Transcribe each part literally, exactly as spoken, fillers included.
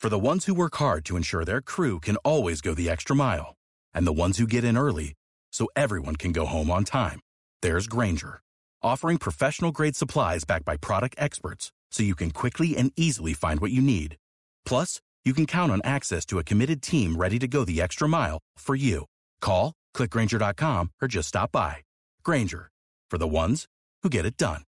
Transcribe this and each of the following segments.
For the ones who work hard to ensure their crew can always go the extra mile, and the ones who get in early so everyone can go home on time, there's Grainger, offering professional-grade supplies backed by product experts so you can quickly and easily find what you need. Plus, you can count on access to a committed team ready to go the extra mile for you. Call, click Grainger dot com, or just stop by. Grainger, for the ones who get it done.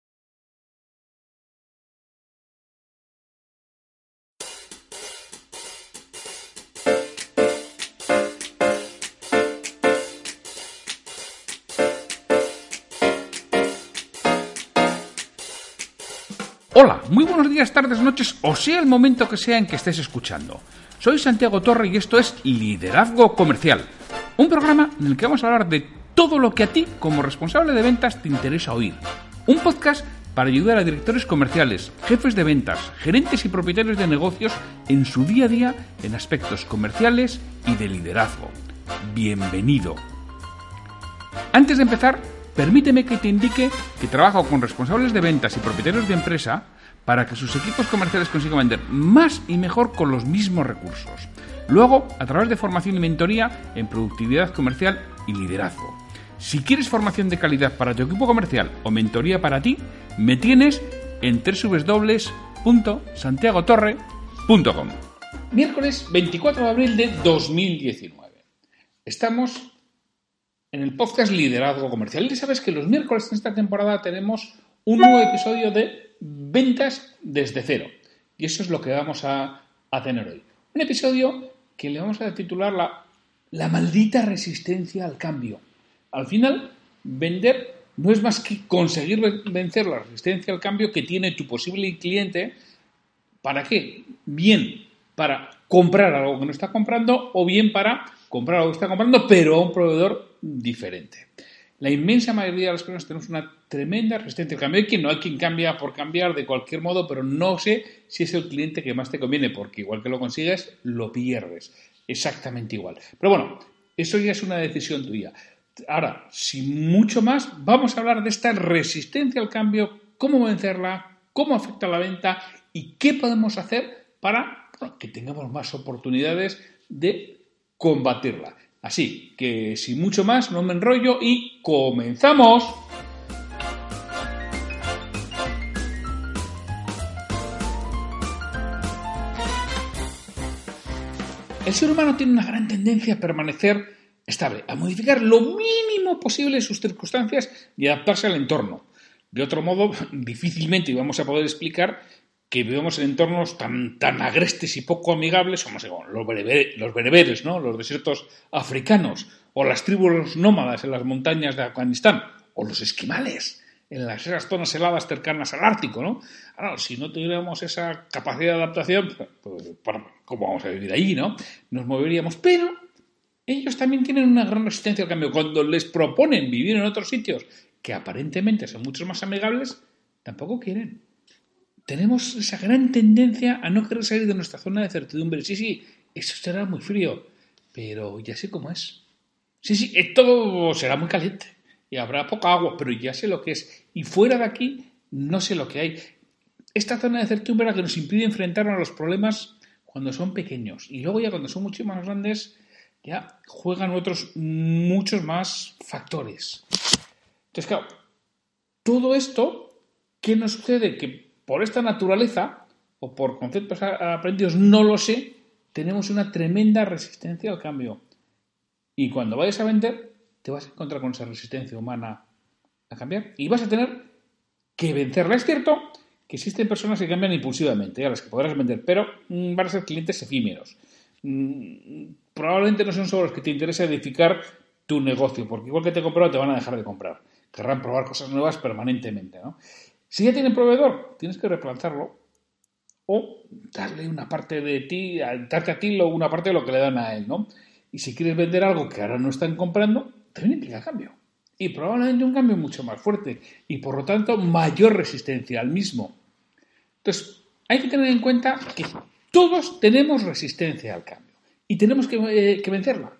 Hola, muy buenos días, tardes, noches, o sea el momento que sea en que estés escuchando. Soy Santiago Torre y esto es Liderazgo Comercial, un programa en el que vamos a hablar de todo lo que a ti, como responsable de ventas, te interesa oír. Un podcast para ayudar a directores comerciales, jefes de ventas, gerentes y propietarios de negocios en su día a día en aspectos comerciales y de liderazgo. Bienvenido. Antes de empezar, permíteme que te indique que trabajo con responsables de ventas y propietarios de empresa para que sus equipos comerciales consigan vender más y mejor con los mismos recursos. Luego, a través de formación y mentoría en productividad comercial y liderazgo. Si quieres formación de calidad para tu equipo comercial o mentoría para ti, me tienes en doble u doble u doble u punto santiago torre punto com. Miércoles veinticuatro de abril de dos mil diecinueve. Estamos en el podcast Liderazgo Comercial. Y sabes que los miércoles en esta temporada tenemos un nuevo episodio de Ventas desde cero. Y eso es lo que vamos a, a tener hoy. Un episodio que le vamos a titular la, la maldita resistencia al cambio. Al final, vender no es más que conseguir vencer la resistencia al cambio que tiene tu posible cliente. ¿Para qué? Bien para comprar algo que no está comprando o bien para comprar algo que está comprando pero a un proveedor diferente. La inmensa mayoría de las personas tenemos una tremenda resistencia al cambio. Hay quien no, hay quien cambia por cambiar de cualquier modo, pero no sé si es el cliente que más te conviene, porque igual que lo consigues, lo pierdes. Exactamente igual. Pero bueno, eso ya es una decisión tuya. Ahora, sin mucho más, vamos a hablar de esta resistencia al cambio, cómo vencerla, cómo afecta a la venta y qué podemos hacer para bueno, que tengamos más oportunidades de combatirla. Así que sin mucho más, no me enrollo y ¡comenzamos! El ser humano tiene una gran tendencia a permanecer estable, a modificar lo mínimo posible sus circunstancias y adaptarse al entorno. De otro modo, difícilmente vamos a poder explicar que vivimos en entornos tan, tan agrestes y poco amigables como los bereberes, los bereberes, ¿no? Los desiertos africanos, o las tribus nómadas en las montañas de Afganistán, o los esquimales en las esas zonas heladas cercanas al Ártico, ¿no? Ahora, si no tuviéramos esa capacidad de adaptación, pues, ¿cómo vamos a vivir ahí, no? Nos moveríamos, pero ellos también tienen una gran resistencia al cambio. Cuando les proponen vivir en otros sitios que aparentemente son mucho más amigables, tampoco quieren. Tenemos esa gran tendencia a no querer salir de nuestra zona de certidumbre. Sí, sí, eso será muy frío, pero ya sé cómo es. Sí, sí, esto será muy caliente y habrá poca agua, pero ya sé lo que es. Y fuera de aquí no sé lo que hay. Esta zona de certidumbre es la que nos impide enfrentarnos a los problemas cuando son pequeños. Y luego ya cuando son mucho más grandes, ya juegan otros muchos más factores. Entonces, claro, todo esto, ¿qué nos sucede? Que por esta naturaleza, o por conceptos aprendidos, no lo sé, tenemos una tremenda resistencia al cambio. Y cuando vayas a vender, te vas a encontrar con esa resistencia humana a cambiar y vas a tener que vencerla. Es cierto que existen personas que cambian impulsivamente, a las que podrás vender, pero mmm, van a ser clientes efímeros. Mm, probablemente no son solo los que te interesa edificar tu negocio, porque igual que te compraron te van a dejar de comprar. Querrán probar cosas nuevas permanentemente, ¿no? Si ya tienen proveedor, tienes que replantarlo o darle una parte de ti, darte a ti una parte de lo que le dan a él, ¿no? Y si quieres vender algo que ahora no están comprando, también implica cambio. Y probablemente un cambio mucho más fuerte y por lo tanto mayor resistencia al mismo. Entonces, hay que tener en cuenta que todos tenemos resistencia al cambio y tenemos que, eh, que vencerla.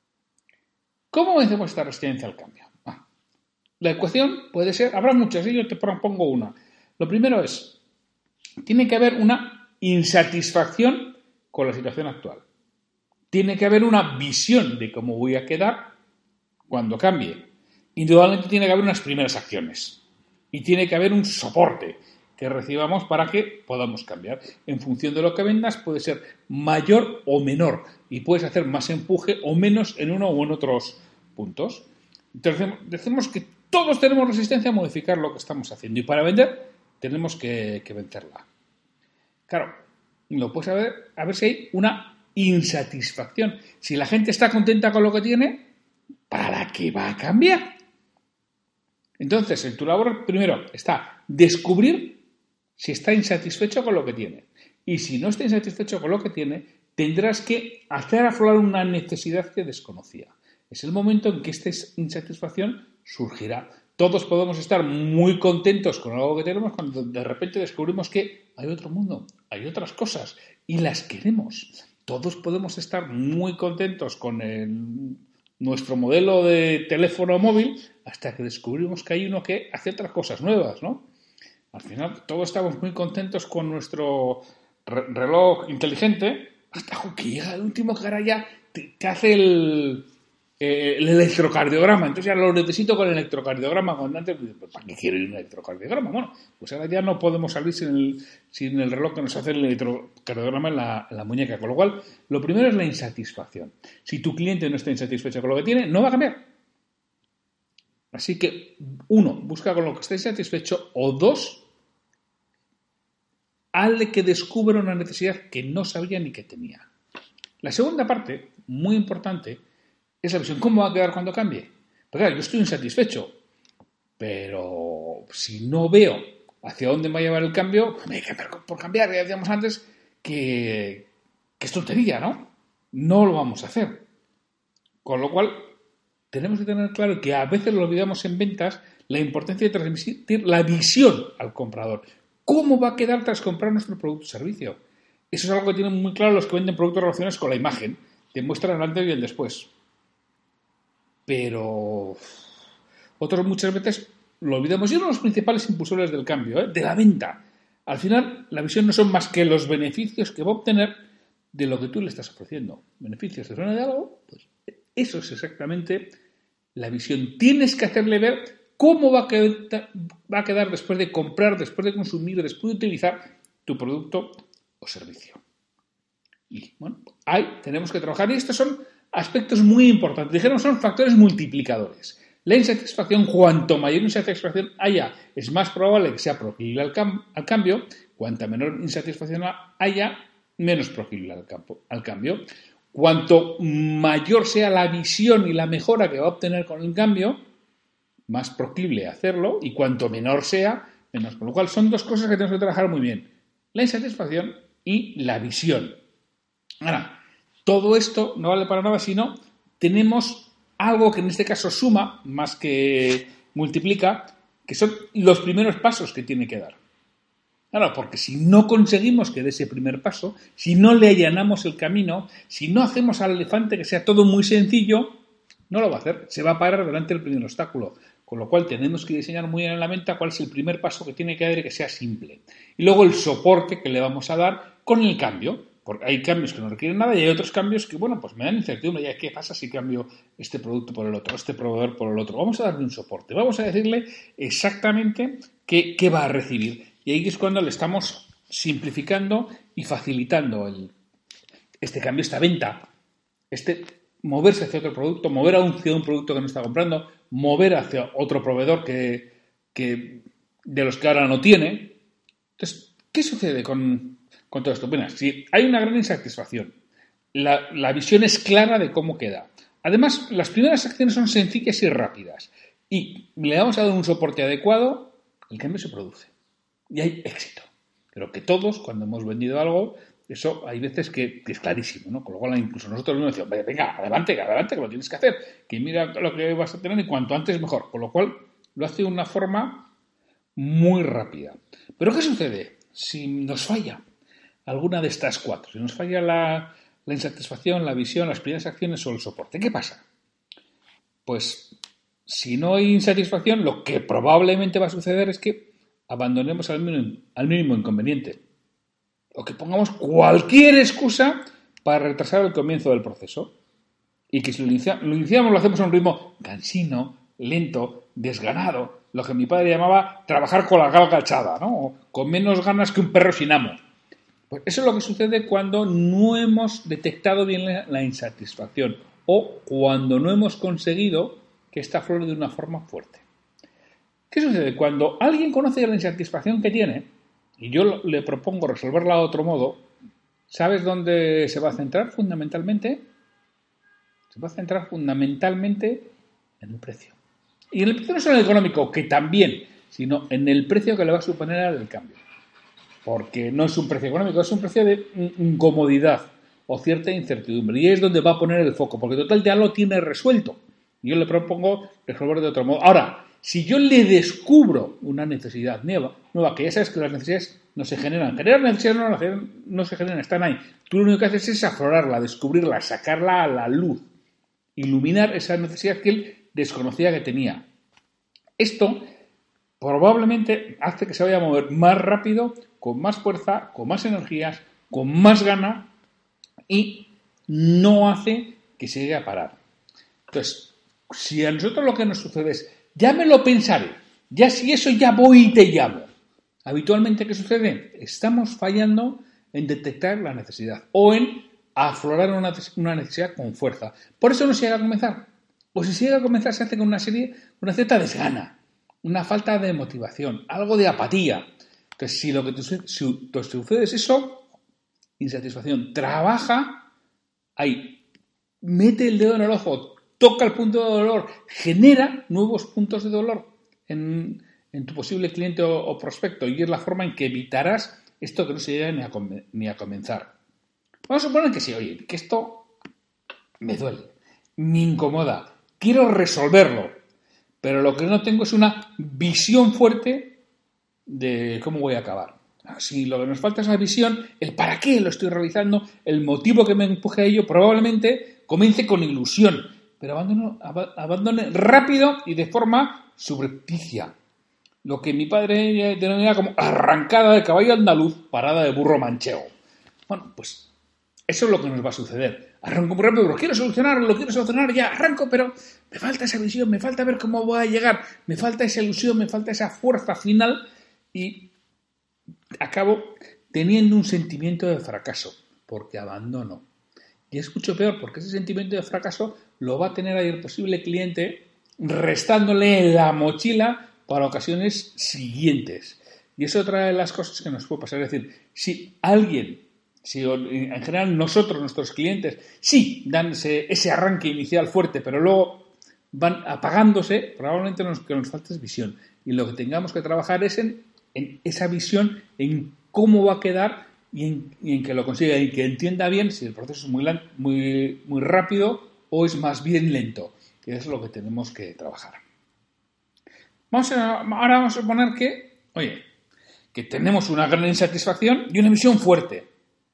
¿Cómo vencemos esta resistencia al cambio? Ah, la ecuación puede ser, habrá muchas, y yo te propongo una. Lo primero es, tiene que haber una insatisfacción con la situación actual. Tiene que haber una visión de cómo voy a quedar cuando cambie. Indudablemente tiene que haber unas primeras acciones. Y tiene que haber un soporte que recibamos para que podamos cambiar. En función de lo que vendas puede ser mayor o menor y puedes hacer más empuje o menos en uno o en otros puntos. Entonces decimos que todos tenemos resistencia a modificar lo que estamos haciendo y para vender tenemos que, que vencerla. Claro, lo puedes saber a ver si hay una insatisfacción. Si la gente está contenta con lo que tiene, ¿para qué va a cambiar? Entonces, en tu labor, primero, está descubrir si está insatisfecho con lo que tiene. Y si no está insatisfecho con lo que tiene, tendrás que hacer aflorar una necesidad que desconocía. Es el momento en que esta insatisfacción surgirá. Todos podemos estar muy contentos con algo que tenemos cuando de repente descubrimos que hay otro mundo, hay otras cosas y las queremos. Todos podemos estar muy contentos con el, nuestro modelo de teléfono móvil hasta que descubrimos que hay uno que hace otras cosas nuevas, ¿no? Al final todos estamos muy contentos con nuestro re- reloj inteligente hasta que llega el último que ahora ya te, te hace el... el electrocardiograma, entonces ya lo necesito con el electrocardiograma. Cuando antes, ¿para qué quiero un electrocardiograma? Bueno, pues ahora ya no podemos salir sin el, sin el reloj que nos hace el electrocardiograma en la, en la muñeca. Con lo cual, lo primero es la insatisfacción. Si tu cliente no está insatisfecho con lo que tiene, no va a cambiar. Así que, uno, busca con lo que esté insatisfecho, o dos, hazle que descubra una necesidad que no sabía ni que tenía. La segunda parte, muy importante, es la visión. ¿Cómo va a quedar cuando cambie? Pues claro, yo estoy insatisfecho, pero si no veo hacia dónde me va a llevar el cambio, me hay que por cambiar, ya decíamos antes, que, que es tontería, ¿no? No lo vamos a hacer. Con lo cual, tenemos que tener claro que a veces lo olvidamos en ventas, la importancia de transmitir la visión al comprador. ¿Cómo va a quedar tras comprar nuestro producto o servicio? Eso es algo que tienen muy claro los que venden productos relacionados con la imagen. Te muestran el antes y el después. Pero otros muchas veces lo olvidamos. Y uno de los principales impulsores del cambio, ¿eh? de la venta. Al final, la visión no son más que los beneficios que va a obtener de lo que tú le estás ofreciendo. ¿Beneficios de zona de algo? Pues eso es exactamente la visión. Tienes que hacerle ver cómo va a quedar, va a quedar después de comprar, después de consumir, después de utilizar tu producto o servicio. Y bueno, ahí tenemos que trabajar. Y estos son aspectos muy importantes. Dijeron, son factores multiplicadores. La insatisfacción, cuanto mayor insatisfacción haya, es más probable que sea proclive al, cam- al cambio. Cuanta menor insatisfacción haya, menos proclive al, campo- al cambio. Cuanto mayor sea la visión y la mejora que va a obtener con el cambio, más proclive a hacerlo. Y cuanto menor sea, menos. Con lo cual, son dos cosas que tenemos que trabajar muy bien. La insatisfacción y la visión. Ahora, todo esto no vale para nada si no tenemos algo que en este caso suma más que multiplica, que son los primeros pasos que tiene que dar. Claro, porque si no conseguimos que dé ese primer paso, si no le allanamos el camino, si no hacemos al elefante que sea todo muy sencillo, no lo va a hacer, se va a parar delante del primer obstáculo. Con lo cual tenemos que diseñar muy bien en la venta cuál es el primer paso que tiene que dar y que sea simple. Y luego el soporte que le vamos a dar con el cambio. Porque hay cambios que no requieren nada y hay otros cambios que, bueno, pues me dan incertidumbre. Ya, ¿qué pasa si cambio este producto por el otro, este proveedor por el otro? Vamos a darle un soporte. Vamos a decirle exactamente qué, qué va a recibir. Y ahí es cuando le estamos simplificando y facilitando el, este cambio, esta venta, este moverse hacia otro producto, mover hacia un producto que no está comprando, mover hacia otro proveedor que, que de los que ahora no tiene. Entonces, ¿qué sucede con... con todo esto? Bueno, si hay una gran insatisfacción, la, la visión es clara de cómo queda. Además, las primeras acciones son sencillas y rápidas. Y le vamos a dar un soporte adecuado, el cambio se produce. Y hay éxito. Pero que todos, cuando hemos vendido algo, eso hay veces que, que es clarísimo, ¿no? Con lo cual, incluso nosotros mismos decimos, venga, adelante, adelante, que lo tienes que hacer. Que mira lo que vas a tener y cuanto antes mejor. Con lo cual, lo hace de una forma muy rápida. ¿Pero qué sucede si nos falla alguna de estas cuatro? Si nos falla la, la insatisfacción, la visión, las primeras acciones o el soporte, ¿qué pasa? Pues si no hay insatisfacción, lo que probablemente va a suceder es que abandonemos al mínimo, al mínimo inconveniente. o que pongamos cualquier excusa para retrasar el comienzo del proceso. Y que si lo, inicia, lo iniciamos, lo hacemos a un ritmo cansino, lento, desganado, lo que mi padre llamaba trabajar con la galga echada, ¿no? O con menos ganas que un perro sin amo. Pues eso es lo que sucede cuando no hemos detectado bien la, la insatisfacción o cuando no hemos conseguido que esta aflore de una forma fuerte. ¿Qué sucede? Cuando alguien conoce la insatisfacción que tiene, y yo le propongo resolverla de otro modo, ¿sabes dónde se va a centrar fundamentalmente? Se va a centrar fundamentalmente en el precio. Y en el precio no solo en el económico, que también, sino en el precio que le va a suponer el cambio. Porque no es un precio económico, es un precio de incomodidad o cierta incertidumbre. Y es donde va a poner el foco, porque total ya lo tiene resuelto. Y yo le propongo resolver de otro modo. Ahora, si yo le descubro una necesidad nueva, nueva, que ya sabes que las necesidades no se generan. Generar necesidades no, no se generan, están ahí. Tú lo único que haces es aflorarla, descubrirla, sacarla a la luz. Iluminar esa necesidad que él desconocía que tenía. Esto probablemente hace que se vaya a mover más rápido, con más fuerza, con más energías, con más gana y no hace que se llegue a parar. Entonces, si a nosotros lo que nos sucede es, ya me lo pensaré, ya si eso ya voy y te llamo. Habitualmente, ¿qué sucede? Estamos fallando en detectar la necesidad o en aflorar una, una necesidad con fuerza. Por eso no se llega a comenzar. O si se llega a comenzar se hace con una serie, una cierta desgana, una falta de motivación, algo de apatía. Entonces, si lo que te, si te sucede es eso, insatisfacción, trabaja ahí, mete el dedo en el ojo, toca el punto de dolor, genera nuevos puntos de dolor en, en tu posible cliente o, o prospecto y es la forma en que evitarás esto que no se llega ni a, ni a comenzar. Vamos a suponer que sí, oye, que esto me duele, me incomoda, quiero resolverlo, pero lo que no tengo es una visión fuerte de cómo voy a acabar. Si lo que nos falta es la visión, el para qué lo estoy realizando, el motivo que me empuje a ello, probablemente comience con ilusión, pero abandone, abandone rápido y de forma subrepticia. Lo que mi padre denominaba como arrancada de caballo andaluz, parada de burro manchego. Bueno, pues eso es lo que nos va a suceder. Arranco muy rápido, lo quiero solucionar, lo quiero solucionar, ya arranco, pero me falta esa visión, me falta ver cómo voy a llegar, me falta esa ilusión, me falta esa fuerza final y acabo teniendo un sentimiento de fracaso, porque abandono. Y es mucho peor, porque ese sentimiento de fracaso lo va a tener ahí el posible cliente restándole la mochila para ocasiones siguientes. Y es otra de las cosas que nos puede pasar. Es decir, si alguien, si en general nosotros, nuestros clientes, sí dan ese, ese arranque inicial fuerte, pero luego van apagándose, probablemente lo que nos falta es visión. Y lo que tengamos que trabajar es en, en esa visión, en cómo va a quedar y en, y en que lo consiga y que entienda bien si el proceso es muy, muy, muy rápido o es más bien lento. Y eso es lo que tenemos que trabajar. Vamos a, ahora vamos a suponer que, oye, que tenemos una gran insatisfacción y una visión fuerte,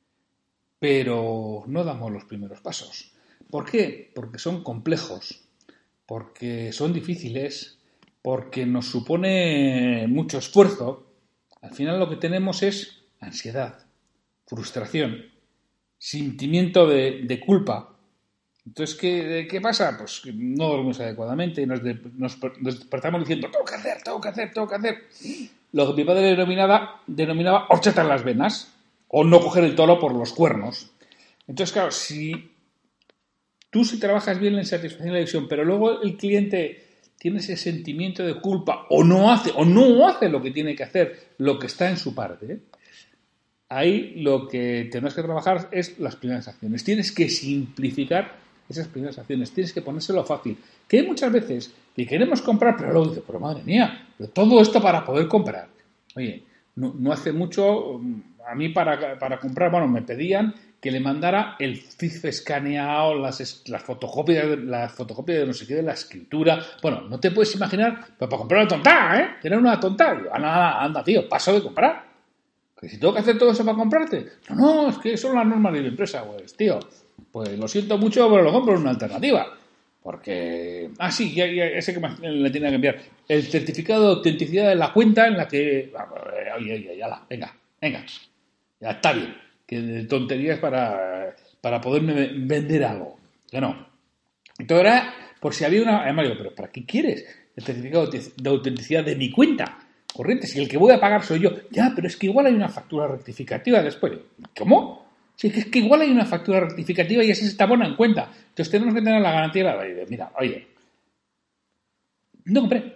pero no damos los primeros pasos. ¿Por qué? Porque son complejos, porque son difíciles, porque nos supone mucho esfuerzo. Al final lo que tenemos es ansiedad, frustración, sentimiento de, de culpa. Entonces, ¿qué, ¿qué pasa? Pues que no dormimos adecuadamente y nos, de, nos, nos despertamos diciendo tengo que hacer, tengo que hacer, tengo que hacer. Lo que mi padre denominaba, denominaba horchata en las venas o no coger el toro por los cuernos. Entonces, claro, si tú si trabajas bien la insatisfacción y la visión, pero luego el cliente tiene ese sentimiento de culpa o no hace o no hace lo que tiene que hacer, lo que está en su parte, ¿eh? Ahí lo que tendrás que trabajar es las primeras acciones. Tienes que simplificar esas primeras acciones. Tienes que ponérselo fácil. Que hay muchas veces que queremos comprar, pero luego dices, pero madre mía, pero todo esto para poder comprar. Oye, no, no hace mucho, a mí para, para comprar, bueno, me pedían que le mandara el C I F escaneado, las, las fotocopias, las fotocopias de no sé qué, de la escritura. Bueno, no te puedes imaginar, pero para comprar una tontada, ¿eh? Tener una tontada. Yo, anda, anda, tío, paso de comprar. ¿Que si tengo que hacer todo eso para comprarte? No, no, es que son las normas de la empresa, pues, tío. Pues lo siento mucho, pero lo compro en una alternativa. Porque... Ah, sí, ya, ya, ya sé que le tiene que enviar. El certificado de autenticidad de la cuenta en la que... Oye, oye, ya la, venga, venga. Ya está bien, que de tonterías para, para poderme vender algo. Que no. Entonces era por si había una... Además digo, pero ¿para qué quieres el certificado de autenticidad de mi cuenta corriente? Si el que voy a pagar soy yo. Ya, pero es que igual hay una factura rectificativa después. ¿Cómo? Si es que igual hay una factura rectificativa y esa se está buena en cuenta. Entonces tenemos que tener la garantía de la ley. Mira, oye, no compré.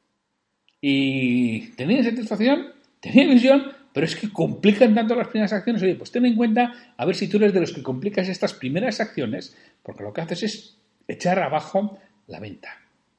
Y tenía satisfacción, tenía ilusión, pero es que complican tanto las primeras acciones. Oye, pues ten en cuenta a ver si tú eres de los que complicas estas primeras acciones, porque lo que haces es echar abajo la venta.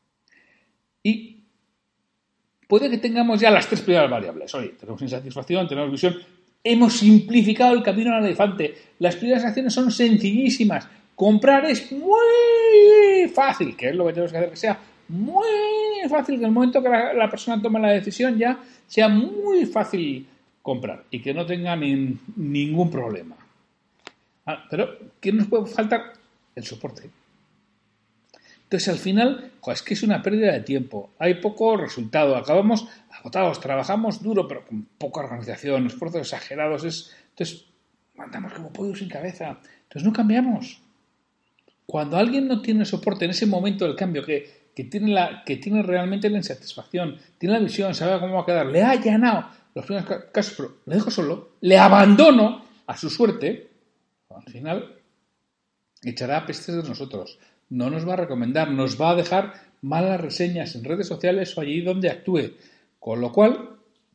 Y puede que tengamos ya las tres primeras variables. Oye, tenemos insatisfacción, tenemos visión. Hemos simplificado el camino al elefante. Las primeras acciones son sencillísimas. Comprar es muy fácil, que es lo que tenemos que hacer, que sea muy fácil, que en el momento que la, la persona tome la decisión ya sea muy fácil comprar y que no tenga ni, ningún problema. Ah, pero, ¿qué nos puede faltar? El soporte. Entonces, al final, joder, es que es una pérdida de tiempo. Hay poco resultado. Acabamos agotados, trabajamos duro, pero con poca organización, esfuerzos exagerados. Es, entonces, andamos como pollos sin cabeza. Entonces, no cambiamos. Cuando alguien no tiene soporte en ese momento del cambio, que, que, tiene, la, que tiene realmente la insatisfacción, tiene la visión, sabe cómo va a quedar, le ha allanado los primeros casos, pero le dejo solo, le abandono a su suerte, al final echará pestes de nosotros. No nos va a recomendar, nos va a dejar malas reseñas en redes sociales o allí donde actúe. Con lo cual,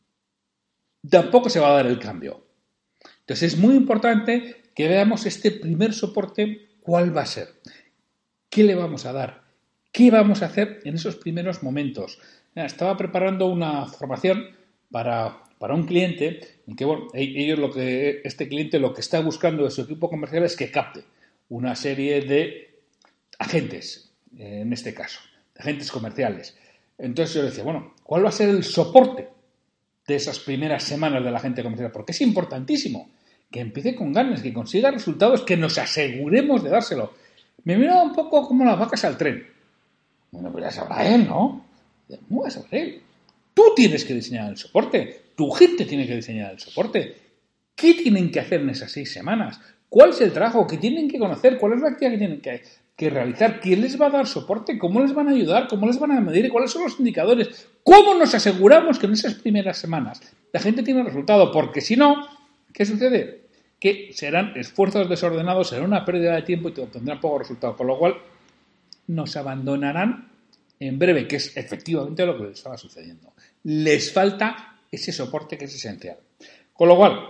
tampoco se va a dar el cambio. Entonces es muy importante que veamos este primer soporte, cuál va a ser, qué le vamos a dar, qué vamos a hacer en esos primeros momentos. Estaba preparando una formación para, para un cliente en que, bueno, ellos lo que, este cliente lo que está buscando de su equipo comercial es que capte una serie de agentes, en este caso, agentes comerciales. Entonces yo le decía, bueno, ¿cuál va a ser el soporte de esas primeras semanas del agente comercial? Porque es importantísimo que empiece con ganas, que consiga resultados, que nos aseguremos de dárselo. Me miraba un poco como las vacas al tren. Bueno, pues ya sabrá él, ¿no? No va a saber él. Tú tienes que diseñar el soporte. Tu gente tiene que diseñar el soporte. ¿Qué tienen que hacer en esas seis semanas? ¿Cuál es el trabajo que tienen que conocer? ¿Cuál es la actividad que tienen que, que realizar? ¿Quién les va a dar soporte? ¿Cómo les van a ayudar? ¿Cómo les van a medir? ¿Cuáles son los indicadores? ¿Cómo nos aseguramos que en esas primeras semanas la gente tiene resultado? Porque si no, ¿qué sucede? Que serán esfuerzos desordenados, será una pérdida de tiempo y obtendrán poco resultado. Con lo cual, nos abandonarán en breve, que es efectivamente lo que les estaba sucediendo. Les falta ese soporte que es esencial. Con lo cual,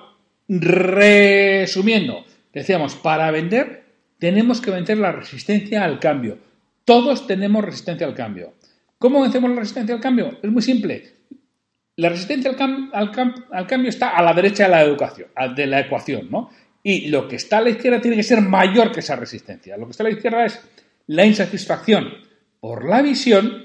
resumiendo, decíamos, para vender tenemos que vencer la resistencia al cambio. Todos tenemos resistencia al cambio. ¿Cómo vencemos la resistencia al cambio? Es muy simple. La resistencia al, cam- al, cam- al cambio está a la derecha de la, educación, de la ecuación, ¿no? Y lo que está a la izquierda tiene que ser mayor que esa resistencia. Lo que está a la izquierda es la insatisfacción por la visión,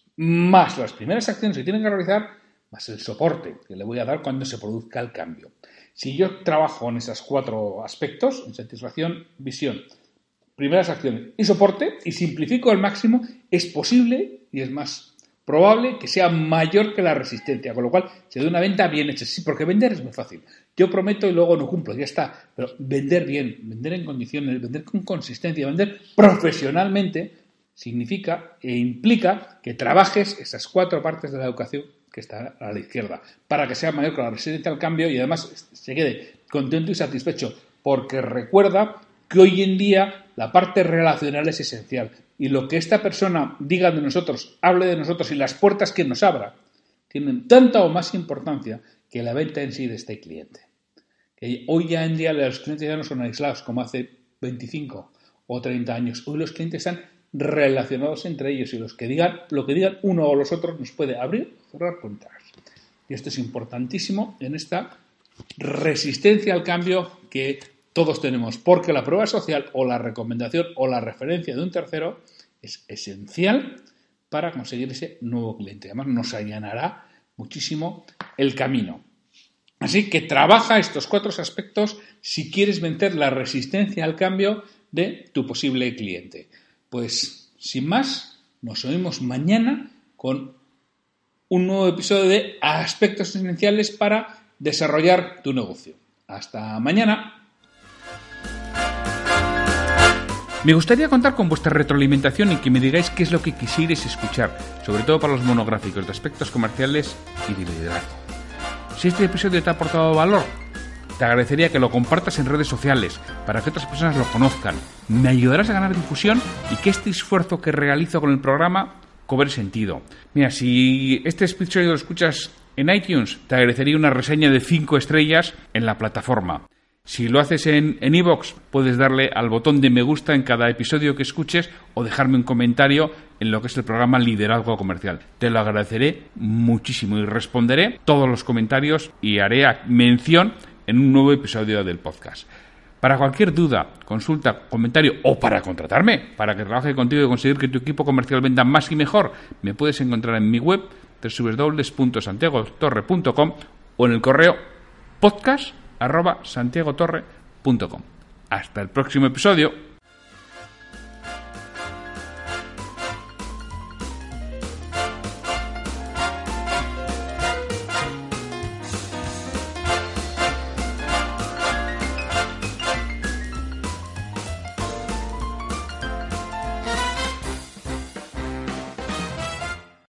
más las primeras acciones que tienen que realizar, más el soporte que le voy a dar cuando se produzca el cambio. Si yo trabajo en esos cuatro aspectos, insatisfacción, visión, primeras acciones y soporte, y simplifico al máximo, es posible y es más probable que sea mayor que la resistencia, con lo cual se dé una venta bien hecha. Sí, porque vender es muy fácil. Yo prometo y luego no cumplo, ya está. Pero vender bien, vender en condiciones, vender con consistencia, vender profesionalmente significa e implica que trabajes esas cuatro partes de la educación que está a la izquierda, para que sea mayor que la resistencia al cambio y además se quede contento y satisfecho, porque recuerda que hoy en día la parte relacional es esencial y lo que esta persona diga de nosotros, hable de nosotros y las puertas que nos abra tienen tanta o más importancia que la venta en sí de este cliente. Que hoy ya en día los clientes ya no son aislados como hace veinticinco o treinta años. Hoy los clientes están relacionados entre ellos y los que digan, lo que digan uno o los otros nos puede abrir o cerrar cuentas. Y esto es importantísimo en esta resistencia al cambio que todos tenemos, porque la prueba social o la recomendación o la referencia de un tercero es esencial para conseguir ese nuevo cliente. Además, nos allanará muchísimo el camino. Así que trabaja estos cuatro aspectos si quieres vencer la resistencia al cambio de tu posible cliente. Pues, sin más, nos oímos mañana con un nuevo episodio de Aspectos Esenciales para desarrollar tu negocio. Hasta mañana. Me gustaría contar con vuestra retroalimentación y que me digáis qué es lo que quisierais escuchar, sobre todo para los monográficos de aspectos comerciales y de liderazgo. Si este episodio te ha aportado valor, te agradecería que lo compartas en redes sociales para que otras personas lo conozcan. Me ayudarás a ganar difusión y que este esfuerzo que realizo con el programa cobre sentido. Mira, si este episodio lo escuchas en iTunes, te agradecería una reseña de cinco estrellas en la plataforma. Si lo haces en en iVoox, puedes darle al botón de me gusta en cada episodio que escuches o dejarme un comentario en lo que es el programa Liderazgo Comercial. Te lo agradeceré muchísimo y responderé todos los comentarios y haré mención en un nuevo episodio del podcast. Para cualquier duda, consulta, comentario o para contratarme, para que trabaje contigo y conseguir que tu equipo comercial venda más y mejor, me puedes encontrar en mi web doble u doble u doble u punto santiago torre punto com o en el correo podcast arroba santiago torre punto com. Hasta el próximo episodio.